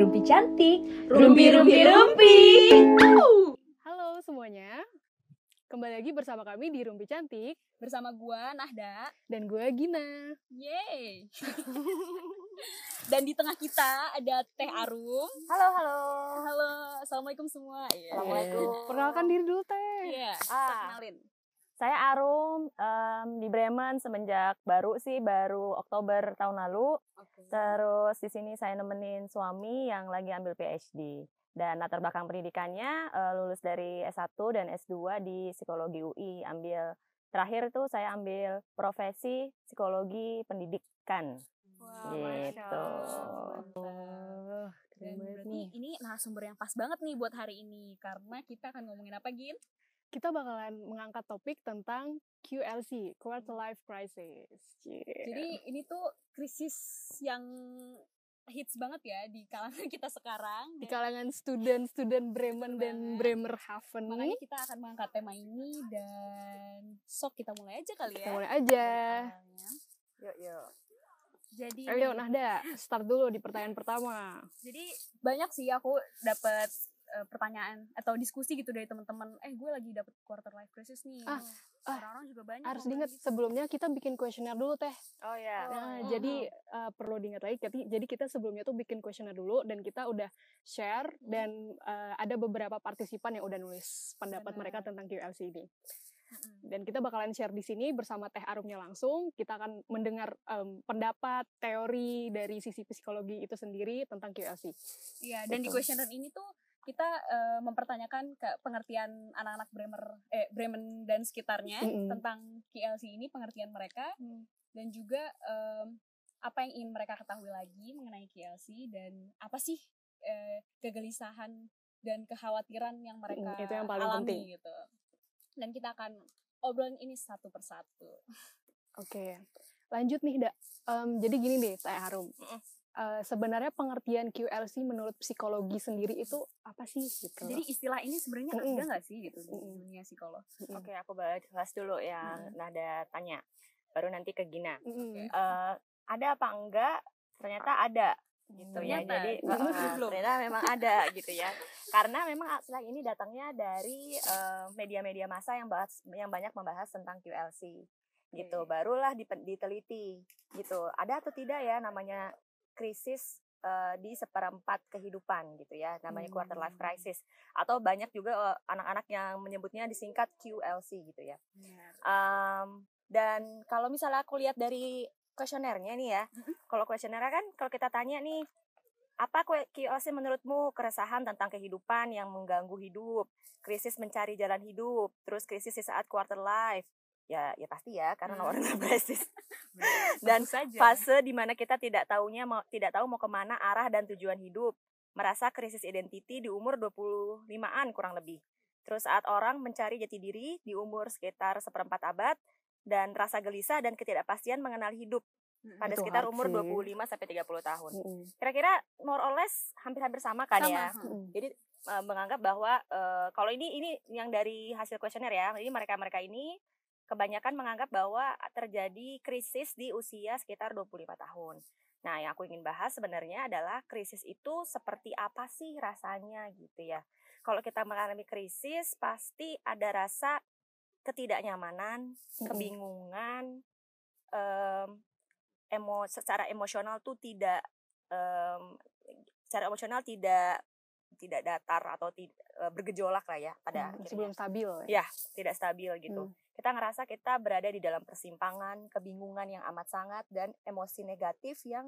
Rumpi cantik, rumpi rumpi rumpi. Halo semuanya, kembali lagi bersama kami di Rumpi Cantik. Bersama gua Nahda Dan gue Gina. Yeay. Dan di tengah kita ada Teh Arum. Halo. Halo, assalamualaikum semua. Assalamualaikum. Perkenalkan diri dulu Teh. Iya, Ah. kenalin. Saya Arum, di Bremen semenjak baru Oktober tahun lalu. Terus di sini saya nemenin suami yang lagi ambil PhD. Dan latar belakang pendidikannya lulus dari S1 dan S2 di Psikologi UI. Terakhir itu saya ambil profesi Psikologi Pendidikan. Wah, Gitu. Dan berarti ini narasumber yang pas banget nih buat hari ini. Karena kita akan ngomongin apa, Gin? Kita bakalan mengangkat topik tentang QLC, Quarter Life Crisis. Jadi ini tuh krisis yang hits banget ya di kalangan kita sekarang. Di kalangan student Bremen dan Bremerhaven. Makanya kita akan mengangkat tema ini dan sok kita mulai aja kali ya. Kita mulai aja. Yuk. Jadi Ayo Nahda, start dulu di pertanyaan pertama. Jadi banyak sih aku dapat pertanyaan atau diskusi gitu dari teman-teman. Gue lagi dapat quarter life crisis nih. Orang-orang juga banyak. Harus diingat sebelumnya kita bikin kuesioner dulu Teh. Oh ya. Jadi perlu diingat lagi. Jadi kita sebelumnya tuh bikin kuesioner dulu dan kita udah share dan ada beberapa partisipan yang udah nulis pendapat mereka tentang QLC ini. Dan kita bakalan share di sini bersama Teh Arumnya langsung. Kita akan mendengar pendapat, teori dari sisi psikologi itu sendiri tentang QLC. Iya, dan di kuesioner ini tuh kita mempertanyakan ke pengertian anak-anak Bremen dan sekitarnya tentang QLC ini, pengertian mereka, dan juga apa yang ingin mereka ketahui lagi mengenai QLC dan apa sih kegelisahan dan kekhawatiran yang mereka itu yang paling alami penting. gitu. Dan kita akan obrolin ini satu persatu. Oke, lanjut nih, Da. Jadi gini nih, Teh Harum. Sebenarnya pengertian QLC menurut psikologi sendiri itu apa sih? Gitu. Jadi istilah ini sebenarnya ada nggak sih gitu di dunia psikolog? Oke, aku bahas dulu yang Nada tanya. Baru nanti ke Gina. Ada apa enggak? Ternyata ada. Gitu ya. Jadi ternyata memang ada gitu ya. Karena memang istilah ini datangnya dari media-media massa yang banyak membahas tentang QLC. Gitu. Barulah diteliti gitu. Ada atau tidak ya namanya krisis di seperempat kehidupan gitu ya, namanya quarter life crisis, atau banyak juga anak-anak yang menyebutnya disingkat QLC gitu ya. Dan kalau misalnya aku lihat dari kuesionernya nih ya, kalau kuesionernya kan kalau kita tanya nih, apa QLC menurutmu? Keresahan tentang kehidupan yang mengganggu hidup, krisis mencari jalan hidup, terus krisis di saat quarter life. Ya pasti ya, karena nomor krisis. Dan fase di mana kita tidak tahu mau kemana arah dan tujuan hidup. Merasa krisis identiti di umur 25-an kurang lebih. Terus saat orang mencari jati diri di umur sekitar seperempat abad, dan rasa gelisah dan ketidakpastian mengenal hidup pada sekitar umur 25-30 tahun. Kira-kira more or less hampir-hampir sama kan ya. Jadi menganggap bahwa kalau ini yang dari hasil kuesioner ya, jadi mereka ini kebanyakan menganggap bahwa terjadi krisis di usia sekitar 25 tahun. Nah, yang aku ingin bahas sebenarnya adalah krisis itu seperti apa sih rasanya gitu ya. Kalau kita mengalami krisis, pasti ada rasa ketidaknyamanan, kebingungan, secara emosional tuh tidak datar atau bergejolak lah ya pada sebelum stabil ya, tidak stabil gitu. Kita ngerasa kita berada di dalam persimpangan, kebingungan yang amat sangat, dan emosi negatif yang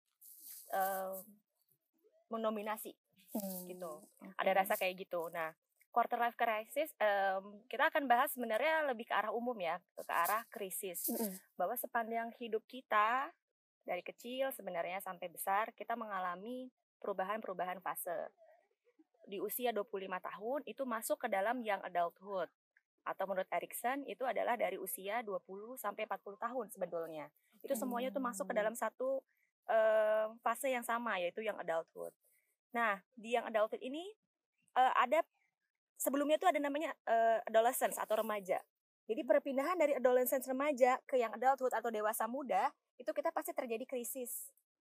mendominasi gitu. Ada rasa kayak gitu. Nah, quarter life crisis kita akan bahas sebenarnya lebih ke arah umum ya, ke arah krisis. Bahwa sepanjang hidup kita dari kecil sebenarnya sampai besar kita mengalami perubahan fase. Di usia 25 tahun itu masuk ke dalam young adulthood. Atau menurut Erikson itu adalah dari usia 20 sampai 40 tahun sebetulnya. Itu semuanya tuh masuk ke dalam satu fase yang sama, yaitu young adulthood. Nah, di young adulthood ini ada sebelumnya tuh ada namanya adolescence atau remaja. Jadi perpindahan dari adolescence remaja ke young adulthood atau dewasa muda itu kita pasti terjadi krisis.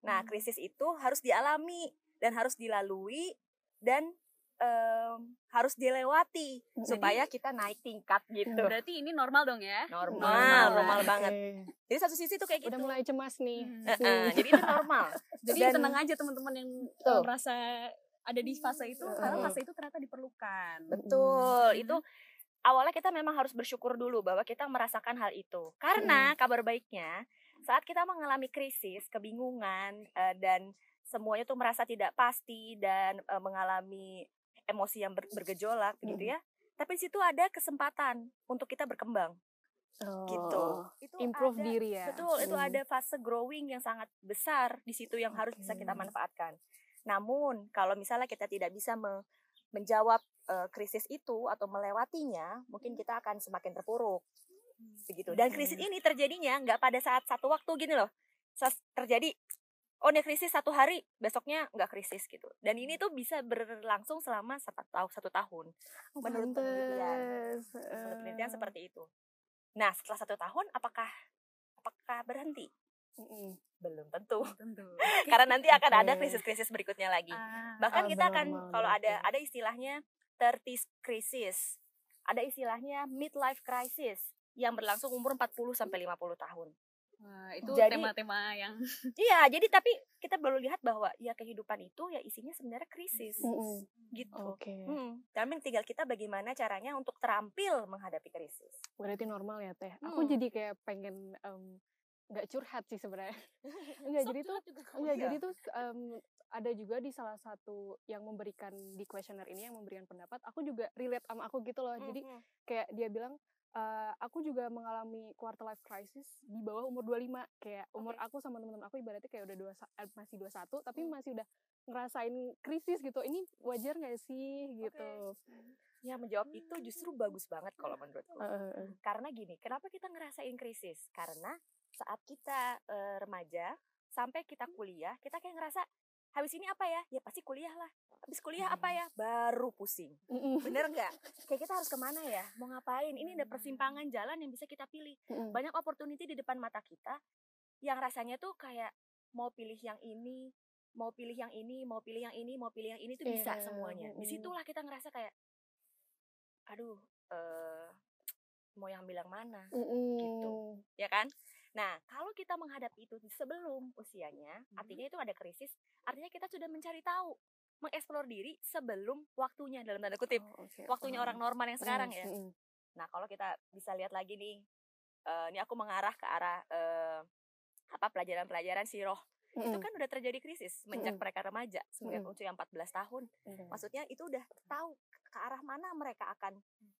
Nah, krisis itu harus dialami dan harus dilalui dan harus dilewati supaya kita naik tingkat gitu. Berarti ini normal dong ya? Normal banget. Jadi satu sisi tuh kayak gitu. Udah mulai cemas nih. Jadi itu normal. Jadi tenang aja teman-teman yang merasa ada di fase itu, karena fase itu ternyata diperlukan. Betul. Itu awalnya kita memang harus bersyukur dulu bahwa kita merasakan hal itu. Karena kabar baiknya saat kita mengalami krisis, kebingungan dan semuanya tuh merasa tidak pasti dan mengalami emosi yang bergejolak begitu ya. Tapi di situ ada kesempatan untuk kita berkembang. Gitu. Itu improve ada, diri ya. Betul, itu ada fase growing yang sangat besar di situ yang harus bisa kita manfaatkan. Namun, kalau misalnya kita tidak bisa menjawab krisis itu atau melewatinya, mungkin kita akan semakin terpuruk. Begitu. Dan krisis ini terjadinya nggak pada saat satu waktu gini loh. Terjadi ini krisis 1 hari, besoknya nggak krisis gitu. Dan ini tuh bisa berlangsung selama 1 tahun. Menurut penelitian seperti itu. Nah, setelah 1 tahun, apakah berhenti? Belum tentu. Karena nanti akan ada krisis-krisis berikutnya lagi. Bahkan kita akan kalau ada istilahnya 30s crisis. Ada istilahnya midlife crisis yang berlangsung umur 40 sampai 50 tahun. Wah, itu tema-tema yang iya, jadi tapi kita baru lihat bahwa ya kehidupan itu ya isinya sebenarnya krisis. Gitu. Tapi tinggal kita bagaimana caranya untuk terampil menghadapi krisis. Berarti normal ya, Teh. Aku jadi kayak pengen nggak curhat sih sebenarnya. Jadi tuh ada juga di salah satu yang memberikan di kuesioner ini yang memberikan pendapat, aku juga relate sama aku gitu loh. Jadi kayak dia bilang aku juga mengalami quarter life crisis di bawah umur 25. Kayak umur aku sama teman-teman aku ibaratnya kayak udah masih 21 tapi masih udah ngerasain krisis gitu. Ini wajar nggak sih gitu. Ya, menjawab itu justru bagus banget kalau menurutku. Karena gini, kenapa kita ngerasain krisis? Karena saat kita remaja sampai kita kuliah, kita kayak ngerasa habis ini apa ya? Ya pasti kuliah lah. Habis kuliah apa ya? Baru pusing. Bener nggak? Kayak kita harus kemana ya? Mau ngapain? Ini ada persimpangan jalan yang bisa kita pilih. Banyak opportunity di depan mata kita yang rasanya tuh kayak mau pilih yang ini, mau pilih yang ini, mau pilih yang ini, mau pilih yang ini tuh bisa semuanya. Disitulah kita ngerasa kayak, aduh, mau yang bilang mana? Gitu, ya kan? Nah, kalau kita menghadapi itu sebelum usianya, artinya itu ada krisis, artinya kita sudah mencari tahu, mengeksplor diri sebelum waktunya, dalam tanda kutip, waktunya orang normal yang sekarang ya. Nah, kalau kita bisa lihat lagi nih, ini aku mengarah ke arah pelajaran-pelajaran siroh. Itu kan udah terjadi krisis menjak mereka remaja, semenjak usia 14 tahun. Maksudnya itu udah tahu ke arah mana mereka akan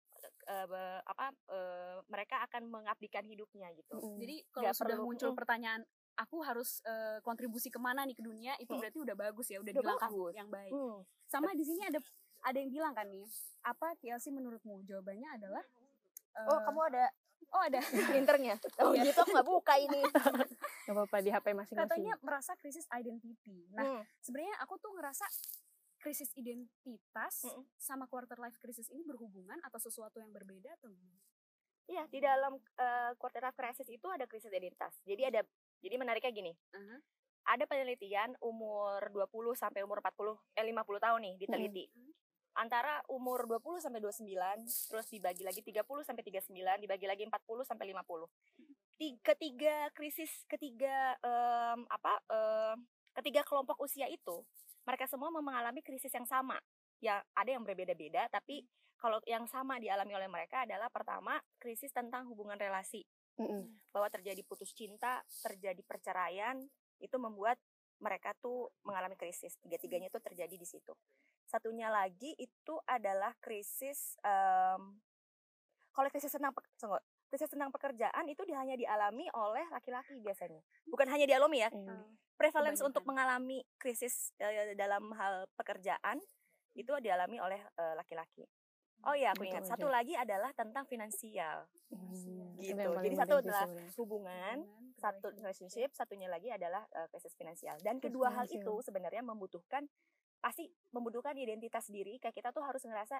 mereka akan mengabdikan hidupnya gitu. Jadi kalau sudah muncul pertanyaan, aku harus kontribusi kemana nih ke dunia, itu berarti udah bagus ya, udah di langkah yang baik. Sama di sini ada yang bilang kan nih, apa Kielsi menurutmu? Jawabannya adalah kamu ada ada printernya. Gitu aku nggak buka ini. Gak apa-apa, di HP masing-masing. Katanya merasa krisis identity. Nah, sebenarnya aku tuh ngerasa krisis identitas sama quarter life crisis ini berhubungan atau sesuatu yang berbeda atau gimana? Iya, di dalam quarter life crisis itu ada krisis identitas. Jadi menariknya gini. Ada penelitian umur 20 sampai umur 50 tahun nih diteliti. Antara umur 20 sampai 29, terus dibagi lagi 30 sampai 39, dibagi lagi 40 sampai 50. Ketiga kelompok usia itu mereka semua mengalami krisis yang sama. Ya, ada yang berbeda-beda, tapi kalau yang sama dialami oleh mereka adalah pertama, krisis tentang hubungan relasi. Bahwa terjadi putus cinta, terjadi perceraian, itu membuat mereka tuh mengalami krisis. Tiga-tiganya itu terjadi di situ. Satunya lagi itu adalah krisis kalau krisis tentang pekerjaan itu hanya dialami oleh laki-laki biasanya. Bukan hanya dialami ya. Prevalence untuk mengalami krisis dalam hal pekerjaan itu dialami oleh laki-laki. Oh iya, aku ingat. Satu lagi adalah tentang finansial. Gitu. Jadi satu adalah hubungan, satu relationship, satunya lagi adalah krisis finansial. Dan kedua hal itu sebenarnya pasti membutuhkan identitas diri. Kayak kita tuh harus ngerasa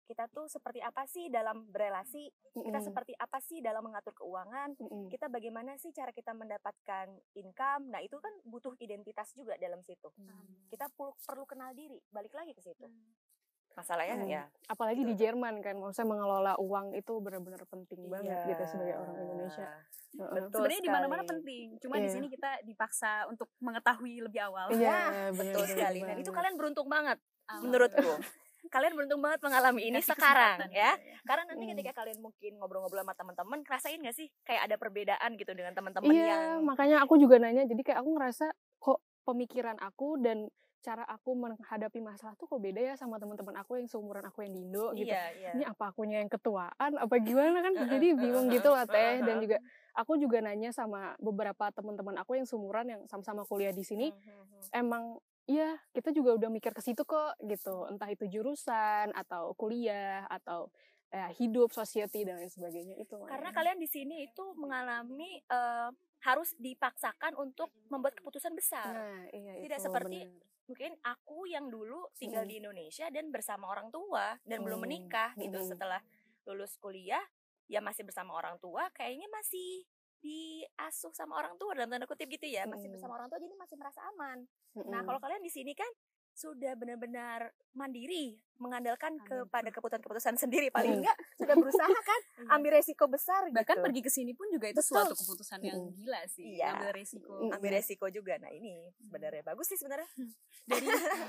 kita tuh seperti apa sih dalam berelasi, kita seperti apa sih dalam mengatur keuangan, kita bagaimana sih cara kita mendapatkan income. Nah itu kan butuh identitas juga dalam situ. Kita perlu kenal diri, balik lagi ke situ. Masalahnya ya apalagi gitu. Di Jerman kan, maksudnya mengelola uang itu benar-benar penting banget gitu sebagai orang Indonesia. Sebenarnya di mana-mana penting, cuma di sini kita dipaksa untuk mengetahui lebih awal. Betul sekali. Dan itu kalian beruntung banget menurutku. Kalian beruntung banget mengalami ini sekarang ya. Karena nanti ketika kalian mungkin ngobrol-ngobrol sama teman-teman, ngerasain nggak sih kayak ada perbedaan gitu dengan teman-teman yang makanya aku juga nanya. Jadi kayak aku ngerasa kok pemikiran aku dan cara aku menghadapi masalah tuh kok beda ya sama teman-teman aku yang seumuran aku yang di Indo gitu. Ini apa akunya yang ketuaan apa gimana kan, jadi bingung gitu lah Teh. Dan juga aku juga nanya sama beberapa teman-teman aku yang seumuran yang sama-sama kuliah di sini. Emang iya, kita juga udah mikir ke situ kok gitu. Entah itu jurusan atau kuliah atau hidup, society dan lain sebagainya itu. Karena kalian di sini itu mengalami harus dipaksakan untuk membuat keputusan besar. Nah, iya, tidak seperti mungkin aku yang dulu tinggal di Indonesia dan bersama orang tua dan belum menikah gitu. Setelah lulus kuliah ya masih bersama orang tua, kayaknya masih diasuh sama orang tua dalam tanda kutip gitu ya, masih bersama orang tua jadi masih merasa aman. Nah kalau kalian di sini kan sudah benar-benar mandiri, mengandalkan kepada keputusan-keputusan sendiri, paling enggak sudah berusaha kan ambil resiko besar gitu. Bahkan pergi ke sini pun juga itu suatu keputusan yang gila sih. Ambil resiko juga. Nah ini sebenarnya bagus sih sebenarnya. Dari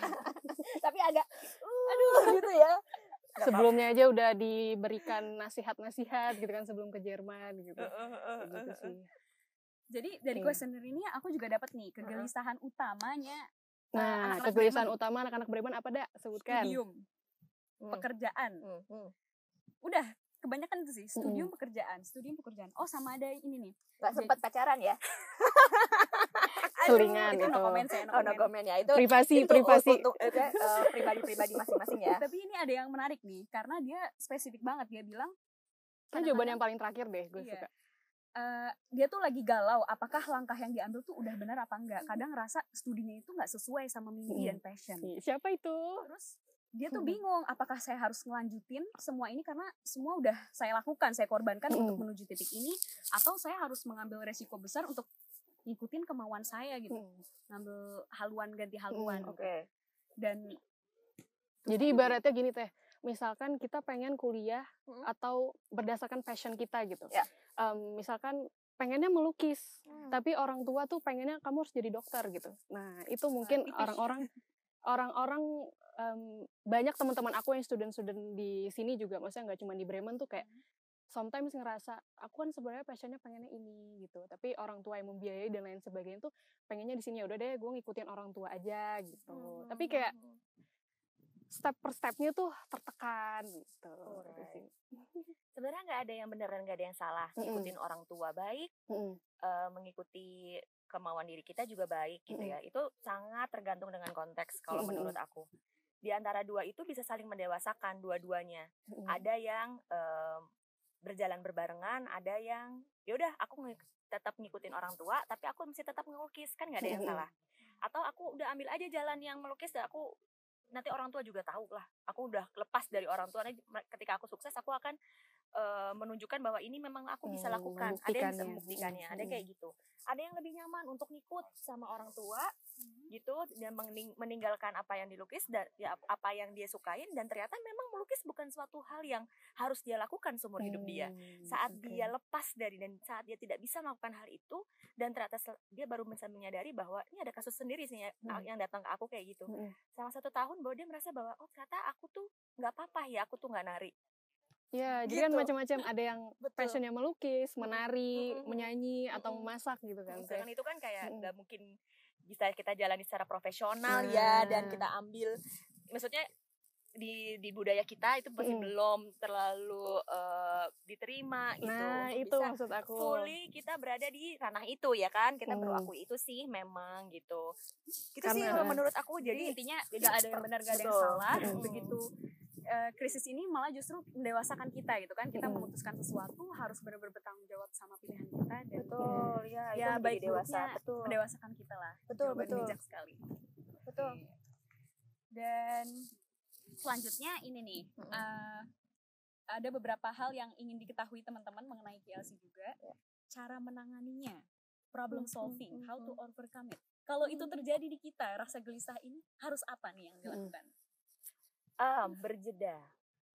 tapi agak gitu ya. Sebelumnya aja udah diberikan nasihat-nasihat gitu kan sebelum ke Jerman gitu. Gitu sih. Jadi dari kuesioner ini aku juga dapat nih kegelisahan utamanya. Nah, kegelisahan utama anak-anak Bremen apa dah? Sebutkan. Studium, pekerjaan. Udah, kebanyakan itu sih. Studium, pekerjaan. Oh, sama ada ini nih. Gak sempat pacaran ya? Selingan itu. No comment ya. Itu privasi. Untuk pribadi masing-masing ya. Tapi ini ada yang menarik nih, karena dia spesifik banget. Dia bilang. Ini jawaban yang paling terakhir deh, gue suka. Dia tuh lagi galau apakah langkah yang diambil tuh udah benar apa enggak. Kadang ngerasa studinya itu nggak sesuai sama mimpi dan passion. Siapa itu? Terus dia tuh bingung apakah saya harus ngelanjutin semua ini karena semua udah saya lakukan, saya korbankan untuk menuju titik ini, atau saya harus mengambil resiko besar untuk ngikutin kemauan saya gitu. Ngambil haluan ganti haluan. Dan jadi ibaratnya gini Teh, misalkan kita pengen kuliah atau berdasarkan passion kita gitu. Misalkan pengennya melukis, tapi orang tua tuh pengennya kamu harus jadi dokter gitu. Nah itu mungkin orang-orang banyak teman-teman aku yang student-student di sini juga, maksudnya nggak cuma di Bremen tuh kayak sometimes ngerasa aku kan sebenarnya passionnya pengennya ini gitu, tapi orang tua yang membiayai dan lain sebagainya tuh pengennya di sini ya udah deh gue ngikutin orang tua aja gitu. Tapi kayak step per stepnya tuh tertekan gitu. Sebenarnya nggak ada yang benar dan nggak ada yang salah. Ngikutin orang tua baik, mengikuti kemauan diri kita juga baik gitu ya. Itu sangat tergantung dengan konteks kalau menurut aku. Di antara dua itu bisa saling mendewasakan dua-duanya. Ada yang berjalan berbarengan, ada yang yaudah aku tetap ngikutin orang tua, tapi aku masih tetap ngelukis, kan nggak ada yang salah. Atau aku udah ambil aja jalan yang melukis dan aku nanti orang tua juga tahu lah, aku udah lepas dari orang tua. Ketika aku sukses aku akan menunjukkan bahwa ini memang aku bisa lakukan. Ada yang bisa membuktikannya, ada kayak gitu. Ada yang lebih nyaman untuk ngikut sama orang tua gitu dan meninggalkan apa yang dilukis dan ya, apa yang dia sukain, dan ternyata memang melukis bukan suatu hal yang harus dia lakukan seumur hidup dia. Saat dia lepas dari dan saat dia tidak bisa melakukan hal itu, dan ternyata dia baru bisa menyadari bahwa ini ada kasus sendiri sih yang datang ke aku kayak gitu. Selama 1 tahun bahwa dia merasa bahwa oh ternyata aku tuh nggak apa-apa ya, aku tuh nggak nari. Ya, gitu. Jadi kan macam-macam, ada yang passionnya melukis, menari, menyanyi, atau memasak gitu kan. Sedangkan itu kan kayak nggak mungkin bisa kita jalani secara profesional ya, dan kita ambil, maksudnya di budaya kita itu masih belum terlalu diterima gitu. Nah, itu bisa maksud aku. Fully kita berada di ranah itu ya kan, kita perlu akui itu sih memang gitu. Itu sih menurut aku. Jadi intinya nggak ada yang benar, nggak ada yang salah. Begitu krisis ini malah justru mendewasakan kita gitu kan. Kita memutuskan sesuatu harus benar-benar bertanggung jawab sama pilihan kita, dan betul ya baik dewasa, betul, mendewasakan kita lah. Betul bijak sekali. Betul. Dan selanjutnya ini nih, ada beberapa hal yang ingin diketahui teman-teman mengenai KLC juga. Cara menanganinya, problem solving, how to overcome it. Kalau itu terjadi di kita, rasa gelisah ini harus apa nih yang dilakukan? Berjeda.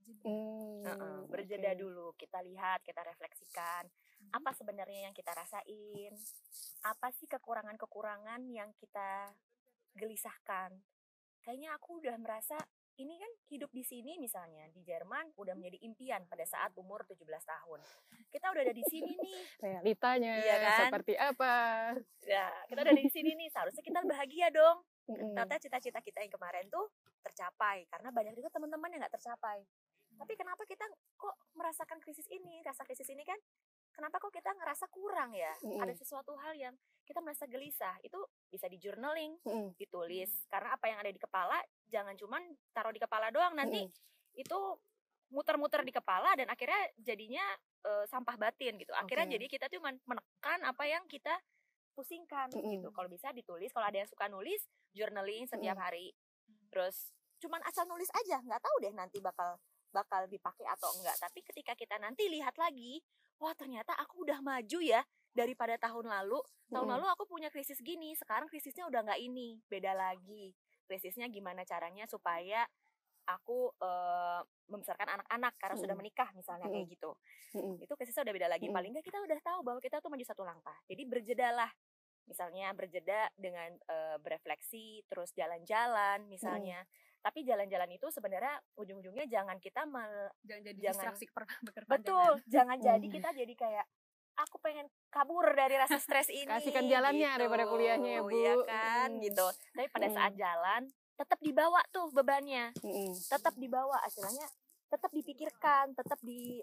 Berjeda dulu, kita lihat, kita refleksikan apa sebenarnya yang kita rasain, apa sih kekurangan-kekurangan yang kita gelisahkan. Kayaknya aku udah merasa ini kan hidup di sini misalnya di Jerman udah menjadi impian pada saat umur 17 tahun. Kita udah ada di sini nih. Realitanya iya kan? Seperti apa? Ya, kita udah ada di sini nih. Seharusnya kita bahagia dong. Ternyata cita-cita kita yang kemarin tuh tercapai karena banyak juga teman-teman yang nggak tercapai. Tapi kenapa kita kok merasakan krisis ini? Rasa krisis ini kan kenapa kok kita ngerasa kurang ya? Ada sesuatu hal yang kita merasa gelisah. Itu bisa di journaling, ditulis. Karena apa yang ada di kepala jangan cuman taruh di kepala doang, nanti itu muter-muter di kepala dan akhirnya jadinya sampah batin gitu. Akhirnya jadi kita tuh menekan apa yang kita pusingkan gitu. Kalau bisa ditulis, kalau ada yang suka nulis, journaling setiap hari. Terus cuman asal nulis aja, nggak tahu deh nanti bakal dipakai atau enggak. Tapi ketika kita nanti lihat lagi, wah ternyata aku udah maju ya daripada tahun lalu. Tahun lalu aku punya krisis gini, sekarang krisisnya udah nggak ini, beda lagi. Krisisnya gimana caranya supaya aku membesarkan anak-anak karena sudah menikah misalnya kayak gitu. Itu krisisnya udah beda lagi. Paling nggak kita udah tahu bahwa kita tuh maju satu langkah. Jadi berjedalah. Misalnya berjeda dengan berefleksi, terus jalan-jalan misalnya. Tapi jalan-jalan itu sebenarnya ujung-ujungnya jangan kita jangan jadi distraksi berkepanjangan. Betul, jangan jadi kita jadi kayak aku pengen kabur dari rasa stres ini. Kasihkan jalannya gitu. daripada kuliahnya ya, Bu. Iya kan, gitu. Tapi pada saat jalan tetap dibawa tuh bebannya. Tetap dibawa, istilahnya tetap dipikirkan, tetap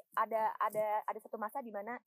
ada satu masa di mana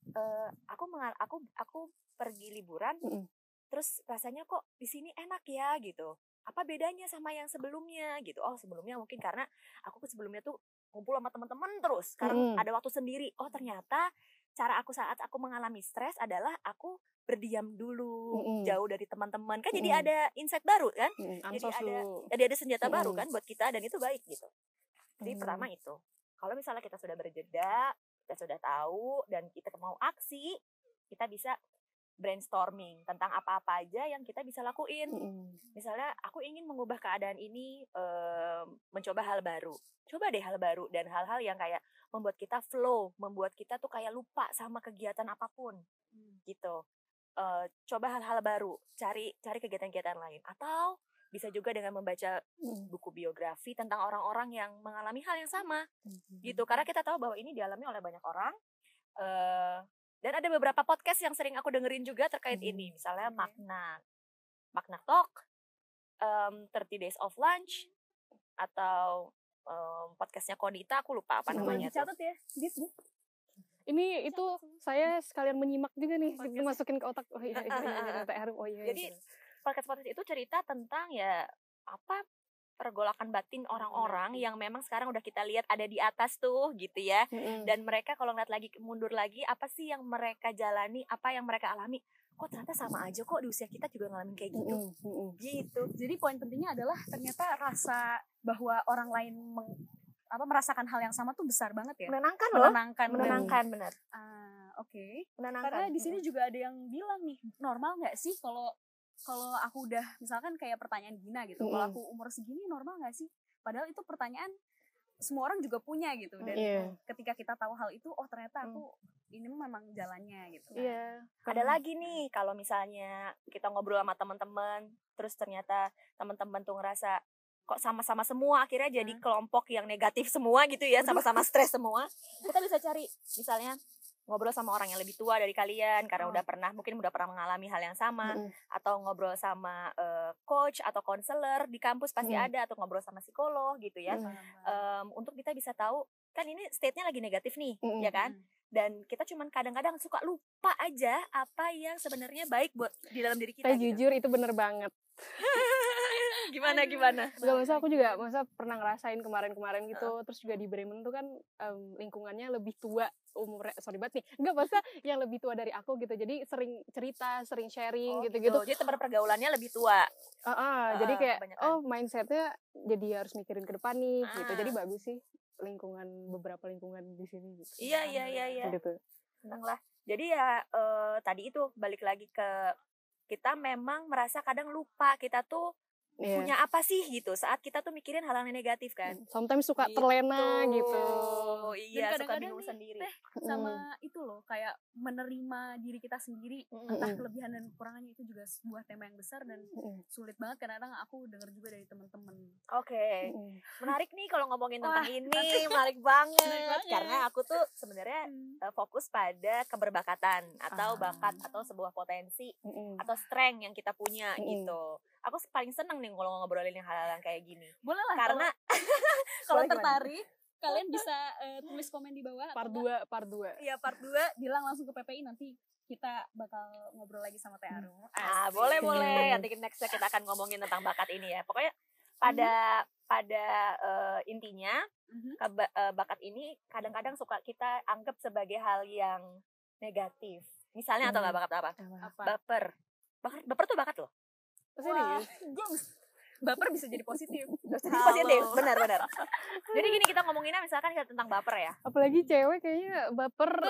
aku pergi liburan, terus rasanya kok di sini enak ya gitu. Apa bedanya sama yang sebelumnya gitu? Oh sebelumnya mungkin karena aku sebelumnya tuh ngumpul sama teman-teman terus. Sekarang ada waktu sendiri. Oh ternyata cara aku saat aku mengalami stres adalah aku berdiam dulu, jauh dari teman-teman. Kan jadi ada insight baru kan? Jadi ada senjata baru kan buat kita dan itu baik gitu. Jadi pertama itu. Kalau misalnya kita sudah berjeda, kita sudah tahu dan kita mau aksi, kita bisa brainstorming tentang apa-apa aja yang kita bisa lakuin. Misalnya aku ingin mengubah keadaan ini, mencoba hal baru. Coba deh hal baru dan hal-hal yang kayak membuat kita flow, membuat kita tuh kayak lupa sama kegiatan apapun. Gitu. Coba hal-hal baru, cari kegiatan-kegiatan lain. Atau bisa juga dengan membaca buku biografi tentang orang-orang yang mengalami hal yang sama. Gitu. Karena kita tahu bahwa ini dialami oleh banyak orang. Dan ada beberapa podcast yang sering aku dengerin juga terkait ini. Misalnya Makna Talk, 30 Days of Lunch, atau podcastnya Konita, aku lupa apa namanya tuh. Catat ya, Ini itu saya sekalian menyimak juga nih, masukin ke otak. Oh iya. Jadi podcast itu cerita tentang ya apa pergolakan batin orang-orang yang memang sekarang udah kita lihat ada di atas tuh gitu ya. Dan mereka kalau ngeliat lagi mundur lagi, apa sih yang mereka jalani, apa yang mereka alami, kok ternyata sama aja kok di usia kita juga ngalamin kayak gitu. Gitu. Jadi poin pentingnya adalah ternyata rasa bahwa orang lain merasakan hal yang sama tuh besar banget ya. Menenangkan loh. Menenangkan benar. Oke. Menenangkan. Karena di sini juga ada yang bilang nih, normal nggak sih kalau aku udah misalkan kayak pertanyaan Gina gitu, kalau aku umur segini normal nggak sih? Padahal itu pertanyaan semua orang juga punya gitu. Dan ketika kita tahu hal itu, oh ternyata aku ini memang jalannya gitu. Ada lagi nih, kalau misalnya kita ngobrol sama teman-teman, terus ternyata teman-teman tuh ngerasa kok sama-sama semua, akhirnya jadi kelompok yang negatif semua gitu ya, sama-sama stres semua. Kita bisa cari misalnya ngobrol sama orang yang lebih tua dari kalian karena mungkin udah pernah mengalami hal yang sama, atau ngobrol sama coach atau konselor di kampus pasti ada, atau ngobrol sama psikolog gitu ya. Untuk kita bisa tahu kan ini state-nya lagi negatif nih, ya kan? Dan kita cuman kadang-kadang suka lupa aja apa yang sebenarnya baik buat di dalam diri kita. Jujur itu bener banget. Gimana? Enggak, masa aku juga pernah ngerasain kemarin gitu. Terus juga di Bremen tuh kan lingkungannya lebih tua umurnya, sorry banget nih. Enggak, masa yang lebih tua dari aku gitu. Jadi sering cerita, sering sharing gitu-gitu. Jadi teman pergaulannya lebih tua. Jadi kayak mindsetnya jadi harus mikirin ke depan nih gitu. Jadi bagus sih beberapa lingkungan di sini gitu. Iya. Gitu. Senang lah. Jadi ya tadi itu balik lagi ke kita memang merasa kadang lupa kita tuh punya apa sih gitu saat kita tuh mikirin hal-hal yang negatif kan. Sometimes suka terlena gitu. Iya, dan suka kadang-kadang bingung nih, sendiri. Sama itu loh, kayak menerima diri kita sendiri, entah kelebihan dan kekurangannya, itu juga sebuah tema yang besar dan sulit banget kadang-kadang aku dengar juga dari teman-teman. Oke. Menarik nih kalau ngomongin tentang ini, menarik banget. Karena aku tuh sebenarnya fokus pada keberbakatan atau bakat atau sebuah potensi atau strength yang kita punya gitu. Aku paling seneng nih kalau ngobrolin hal-hal yang kayak gini. Boleh lah. Karena kalau tertarik, kalian bisa tulis komen di bawah. Part 2. Iya, part 2. Bilang langsung ke PPI, nanti kita bakal ngobrol lagi sama Teh Arum. Boleh. Nanti nextnya kita akan ngomongin tentang bakat ini ya. Pokoknya pada intinya bakat ini kadang-kadang suka kita anggap sebagai hal yang negatif. Misalnya atau nggak bakat apa? Baper tuh bakat loh. Serius? Baper bisa jadi positif. Positif, benar. Jadi gini, kita ngomonginnya misalkan tentang baper ya. Apalagi cewek kayaknya baper.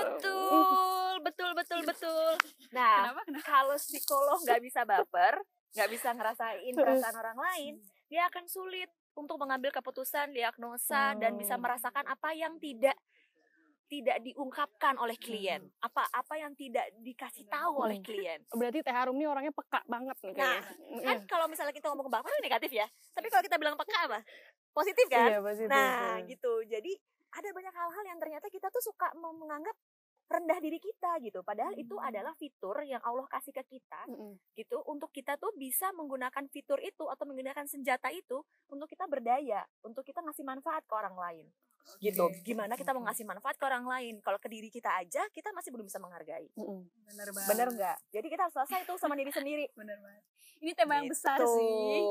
Betul. Nah, kalau psikolog nggak bisa baper, nggak bisa ngerasain perasaan orang lain, dia akan sulit untuk mengambil keputusan, diagnosa, dan bisa merasakan apa yang tidak diungkapkan oleh klien, apa yang tidak dikasih tahu oleh klien. Berarti Teh Arum ini orangnya peka banget nih kayaknya. Kan kalau misalnya kita ngomong baper negatif ya, tapi kalau kita bilang peka apa? Positif kan? Iya, positif. Nah, gitu. Jadi ada banyak hal-hal yang ternyata kita tuh suka menganggap rendah diri kita gitu. Padahal itu adalah fitur yang Allah kasih ke kita gitu, untuk kita tuh bisa menggunakan fitur itu atau menggunakan senjata itu untuk kita berdaya, untuk kita ngasih manfaat ke orang lain. Gitu. Gimana kita mau ngasih manfaat ke orang lain kalau ke diri kita aja kita masih belum bisa menghargai. Bener nggak? Jadi kita harus selesai itu sama diri sendiri. Bener banget. Ini tema yang besar sih.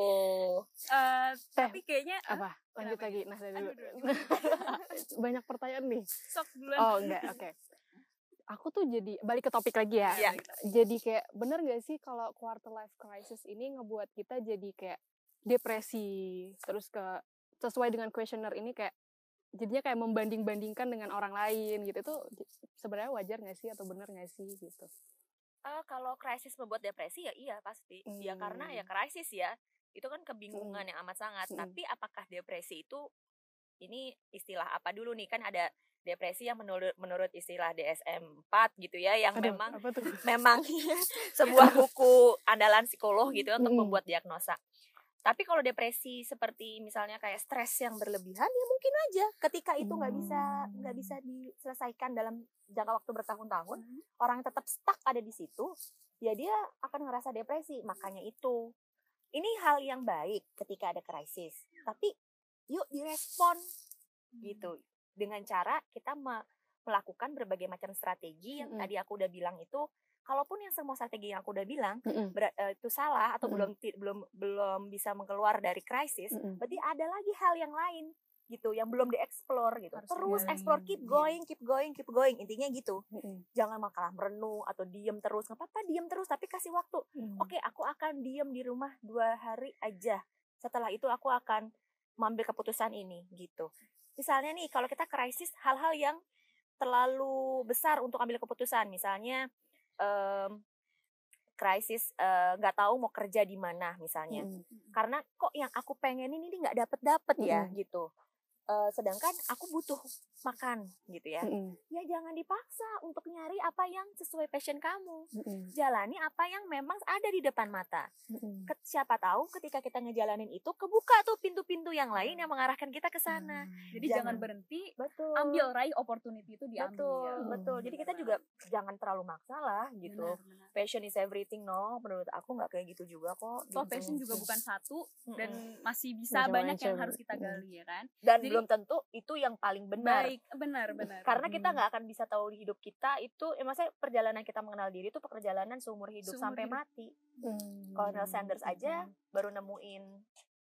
Tapi kayaknya apa? Lanjut lagi. Nah, dulu. Banyak pertanyaan nih. Sok duluan. Oh, enggak. Oke. Aku tuh jadi balik ke topik lagi ya. Jadi kayak bener nggak sih kalau quarter life crisis ini ngebuat kita jadi kayak depresi, terus sesuai dengan questionnaire ini kayak jadinya kayak membanding-bandingkan dengan orang lain gitu. Itu sebenarnya wajar nggak sih atau bener nggak sih gitu? Kalau krisis membuat depresi ya iya pasti. Ya karena ya krisis ya. Itu kan kebingungan yang amat sangat. Tapi apakah depresi itu, ini istilah apa dulu nih, kan ada depresi yang menurut istilah DSM-4 gitu ya, yang memang sebuah buku andalan psikolog gitu untuk membuat diagnosa. Tapi kalau depresi seperti misalnya kayak stres yang berlebihan ya mungkin aja ketika itu nggak bisa diselesaikan dalam jangka waktu bertahun-tahun, orang yang tetap stuck ada di situ, ya dia akan ngerasa depresi. Makanya itu ini hal yang baik ketika ada krisis, tapi yuk direspon gitu dengan cara kita melakukan berbagai macam strategi yang tadi aku udah bilang itu. Kalaupun yang semua strategi yang aku udah bilang itu salah atau belum bisa keluar dari krisis, berarti ada lagi hal yang lain gitu yang belum dieksplor gitu. Terus explore, keep going, intinya gitu. Jangan malah merenung atau diem terus. Nggak apa-apa diem terus, tapi kasih waktu. Oke, aku akan diem di rumah 2 hari aja. Setelah itu aku akan mengambil keputusan ini gitu. Misalnya nih, kalau kita krisis hal-hal yang terlalu besar untuk ambil keputusan, misalnya krisis nggak tahu mau kerja di mana misalnya, karena kok yang aku pengen ini nggak dapet ya gitu. Sedangkan aku butuh makan gitu ya. Ya jangan dipaksa untuk nyari apa yang sesuai passion kamu. Jalani apa yang memang ada di depan mata. Siapa tahu ketika kita ngejalanin itu kebuka tuh pintu-pintu yang lain yang mengarahkan kita ke sana. Jadi jangan berhenti, ambil raih opportunity itu diambil. Betul. Jadi kita juga jangan terlalu maksa lah gitu. Benar. Passion is everything, no. Menurut aku nggak kayak gitu juga kok. Passion juga bukan satu dan masih bisa banyak yang harus kita gali ya kan. Dan jadi, belum tentu itu yang paling benar. Benar. Karena kita nggak akan bisa tahu di hidup kita itu, maksudnya perjalanan kita mengenal diri itu perjalanan seumur hidup sampai mati. Colonel Sanders aja baru nemuin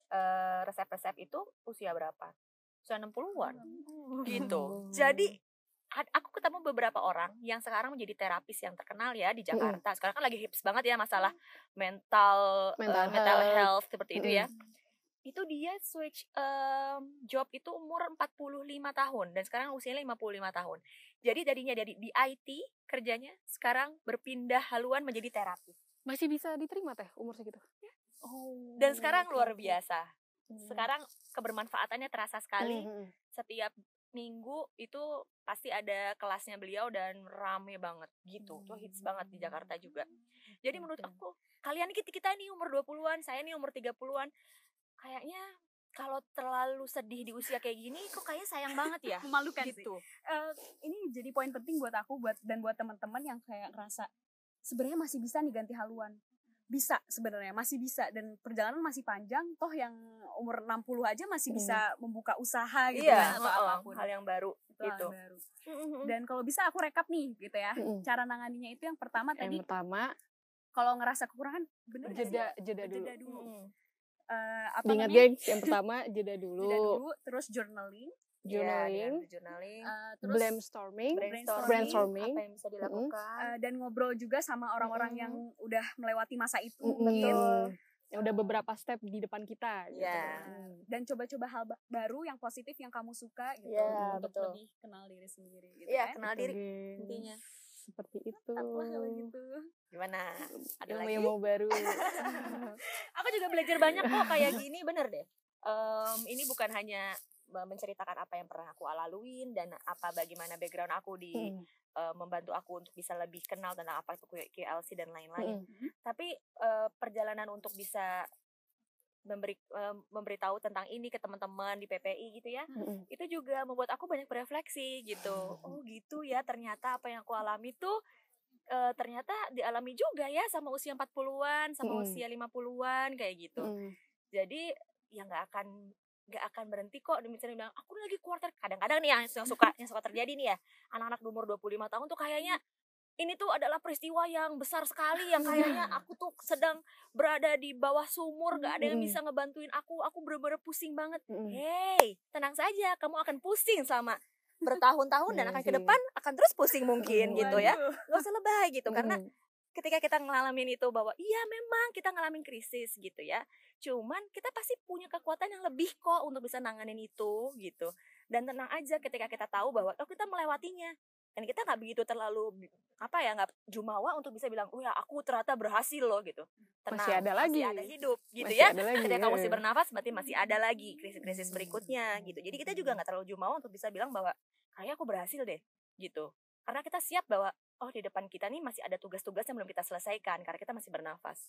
resep-resep itu usia berapa? Usia 60-an gitu. Jadi aku ketemu beberapa orang yang sekarang menjadi terapis yang terkenal ya di Jakarta. Sekarang kan lagi hits banget ya masalah mental health seperti itu ya. Itu dia switch job itu umur 45 tahun dan sekarang usianya 55 tahun. Jadi tadinya di IT kerjanya, sekarang berpindah haluan menjadi terapis. Masih bisa diterima teh umur segitu? Dan sekarang luar biasa. Sekarang kebermanfaatannya terasa sekali. Setiap minggu itu pasti ada kelasnya beliau dan rame banget gitu. Itu hits banget di Jakarta juga. Jadi menurut aku, kalian kita ini umur 20-an, saya ini umur 30-an. Kayaknya kalau terlalu sedih di usia kayak gini kok kayaknya sayang banget ya. Memalukan gitu. Ini jadi poin penting buat aku dan buat teman-teman yang kayak ngerasa sebenarnya masih bisa nih ganti haluan. Bisa sebenarnya, masih bisa, dan perjalanan masih panjang. Toh yang umur 60 aja masih bisa membuka usaha gitu kan, atau apapun. Hal yang baru gitu. Dan kalau bisa aku rekap nih gitu ya. Cara nanganinya itu yang pertama tadi. Kalau ngerasa kekurangan, bener jeda dulu. Ingat gengs, yang pertama jeda dulu. Terus journaling. Terus brainstorming, apa yang bisa dilakukan, dan ngobrol juga sama orang-orang yang udah melewati masa itu, mungkin yang udah beberapa step di depan kita gitu. Dan coba-coba hal baru yang positif yang kamu suka gitu, untuk lebih kenal diri sendiri gitu. Kenal diri intinya seperti itu. Kalau gitu gimana, ada yang lagi mau baru. Aku juga belajar banyak kok kayak gini, bener deh. Ini bukan hanya menceritakan apa yang pernah aku laluin dan bagaimana background aku di membantu aku untuk bisa lebih kenal tentang apa itu QLC dan lain-lain. Tapi perjalanan untuk bisa memberitahu tentang ini ke teman-teman di PPI gitu ya, itu juga membuat aku banyak berefleksi gitu. Oh gitu ya, ternyata apa yang aku alami tuh ternyata dialami juga ya sama usia 40-an, sama usia 50-an kayak gitu. Jadi ya nggak akan berhenti kok. Misalnya bilang aku lagi quarter, kadang-kadang nih yang suka terjadi nih ya, anak-anak umur 25 tahun tuh kayaknya ini tuh adalah peristiwa yang besar sekali, yang kayaknya aku tuh sedang berada di bawah sumur, gak ada yang bisa ngebantuin aku bener-bener pusing banget. Hey, tenang saja, kamu akan pusing selama bertahun-tahun dan akan ke depan akan terus pusing mungkin gitu ya. Gak usah lebay gitu, karena ketika kita ngalamin itu bahwa iya memang kita ngalamin krisis gitu ya, cuman kita pasti punya kekuatan yang lebih kok untuk bisa nanganin itu gitu. Dan tenang aja ketika kita tahu bahwa kita melewatinya, dan kita nggak begitu terlalu nggak jumawa untuk bisa bilang oh ya aku ternyata berhasil loh gitu. Tenang, masih ada lagi, masih ada hidup gitu ya. Ketika kamu masih bernafas berarti masih ada lagi krisis-krisis berikutnya gitu. Jadi kita juga nggak terlalu jumawa untuk bisa bilang bahwa kayak aku berhasil deh gitu. Karena kita siap bahwa oh di depan kita nih masih ada tugas-tugas yang belum kita selesaikan karena kita masih bernafas.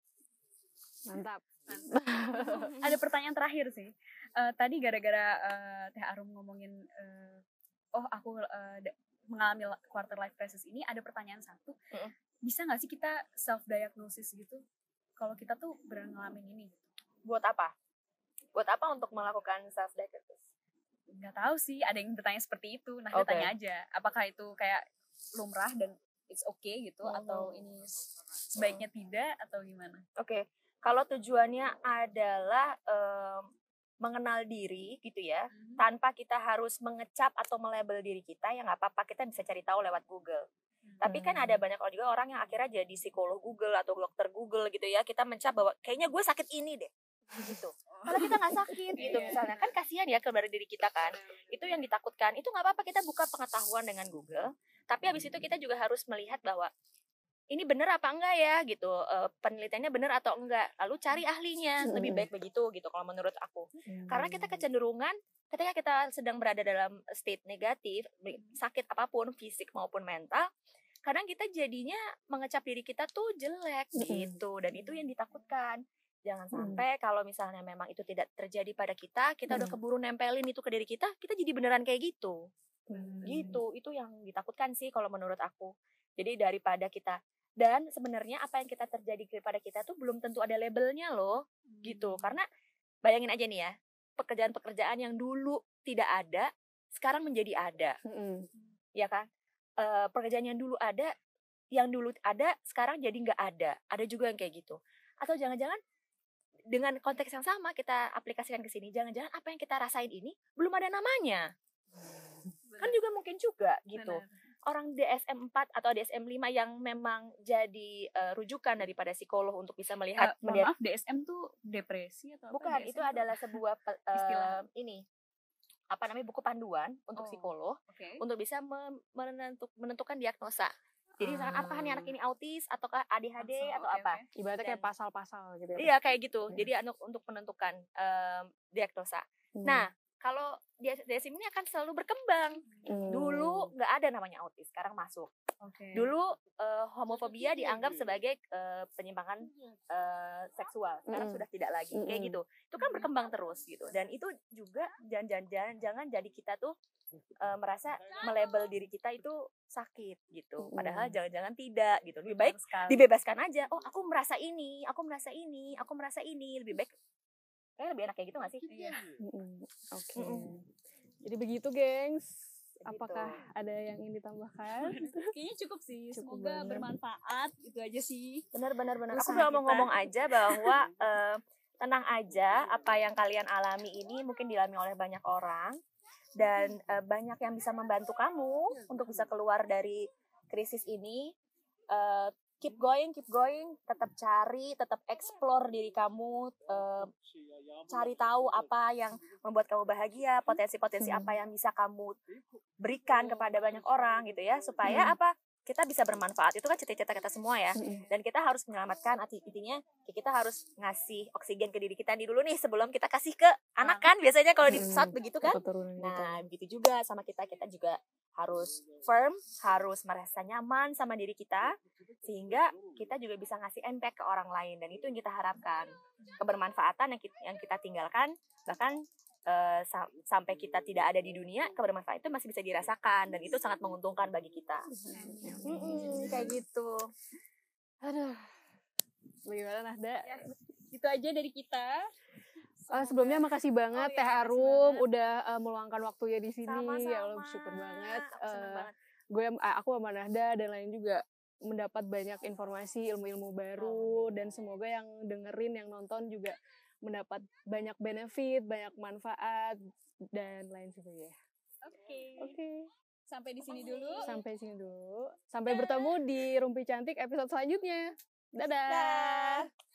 Mantap. Ada pertanyaan terakhir sih. Tadi gara-gara Teh Arum ngomongin aku mengalami quarter life crisis ini, ada pertanyaan satu. Bisa nggak sih kita self diagnosis gitu? Kalau kita tuh benar ngalamin ini. Buat apa? Buat apa untuk melakukan self diagnosis? Nggak tahu sih. Ada yang bertanya seperti itu. Nah, tanya aja. Apakah itu kayak lumrah dan it's okay gitu, atau ini sebaiknya tidak, atau gimana? Oke. Kalau tujuannya adalah mengenal diri gitu ya, tanpa kita harus mengecap atau melabel diri kita, ya nggak apa-apa, kita bisa cari tahu lewat Google. Tapi kan ada banyak juga orang yang akhirnya jadi psikolog Google atau dokter Google gitu ya, kita mencap bahwa kayaknya gue sakit ini deh gitu. Kalau kita nggak sakit gitu misalnya, kan kasihan ya kepada diri kita kan. Itu yang ditakutkan. Itu nggak apa-apa, kita buka pengetahuan dengan Google. Tapi habis itu kita juga harus melihat bahwa ini benar apa enggak ya gitu, penelitiannya benar atau enggak, lalu cari ahlinya. Lebih baik begitu gitu kalau menurut aku. Karena kita kecenderungan ketika kita sedang berada dalam state negatif, sakit apapun fisik maupun mental, kadang kita jadinya mengecap diri kita tuh jelek gitu, dan itu yang ditakutkan. Jangan sampai kalau misalnya memang itu tidak terjadi pada kita udah keburu nempelin itu ke diri kita jadi beneran kayak gitu. Gitu, itu yang ditakutkan sih kalau menurut aku. Jadi daripada kita, dan sebenarnya apa yang kita terjadi kepada kita tuh belum tentu ada labelnya loh, gitu. Karena bayangin aja nih ya, pekerjaan-pekerjaan yang dulu tidak ada, sekarang menjadi ada, ya kan? Pekerjaan yang dulu ada, sekarang jadi nggak ada. Ada juga yang kayak gitu. Atau jangan-jangan dengan konteks yang sama kita aplikasikan ke sini, jangan-jangan apa yang kita rasain ini belum ada namanya. Kan juga mungkin juga gitu. Orang DSM-4 atau DSM-5 yang memang jadi rujukan daripada psikolog untuk bisa melihat maaf, DSM tuh depresi atau bukan, apa? itu adalah sebuah istilah buku panduan untuk psikolog untuk bisa menentukan diagnosa. Jadi apakah nih anak ini autis ataukah ADHD atau apa? Ibaratnya kayak pasal-pasal gitu ya. Iya, kayak gitu. Jadi untuk menentukan diagnosa. Nah, kalau DSM ini akan selalu berkembang. Dulu nggak ada namanya autis, sekarang masuk. Dulu homofobia dianggap sebagai penyimpangan seksual, sekarang sudah tidak lagi, kayak gitu. Itu kan berkembang terus gitu. Dan itu juga jangan jadi kita tuh merasa melabel diri kita itu sakit gitu. Padahal jangan-jangan tidak gitu. Lebih baik dibebaskan aja. Oh, aku merasa ini, aku merasa ini, aku merasa ini. Lebih baik kayaknya lebih enak kayak gitu gak sih? Iya. Oke. Jadi begitu, gengs. Apakah ada yang ingin ditambahkan? Kayaknya cukup sih. Semoga bermanfaat. Itu aja sih. Benar. Aku cuma mau ngomong aja bahwa tenang aja, apa yang kalian alami ini mungkin dialami oleh banyak orang. Dan banyak yang bisa membantu kamu untuk bisa keluar dari krisis ini. Keep going, tetap cari, tetap explore diri kamu, cari tahu apa yang membuat kamu bahagia, potensi-potensi apa yang bisa kamu berikan kepada banyak orang gitu ya, supaya apa? Kita bisa bermanfaat. Itu kan cita-cita kita semua ya. Dan kita harus menyelamatkan, intinya kita harus ngasih oksigen ke diri kita dulu nih sebelum kita kasih ke anak kan. Biasanya kalau di pesawat begitu kan. Nah, begitu juga sama kita juga harus firm, harus merasa nyaman sama diri kita sehingga kita juga bisa ngasih impact ke orang lain, dan itu yang kita harapkan. Kebermanfaatan yang kita tinggalkan, bahkan sampai kita tidak ada di dunia, kebermanfaatan itu masih bisa dirasakan, dan itu sangat menguntungkan bagi kita. Kayak gitu. Aduh, bagaimana Nahda? Ya, itu aja dari kita. Sebelumnya makasih banget Teh Arum udah meluangkan waktunya di sini. Sama-sama. Ya Allah, syukur banget. Seneng banget. Aku sama Nahda dan lain juga mendapat banyak informasi, ilmu-ilmu baru, dan semoga yang dengerin, yang nonton juga mendapat banyak benefit, banyak manfaat, dan lain sebagainya. Oke. Sampai di sini dulu. Sampai bertemu di Rumpi Cantik episode selanjutnya. Dadah.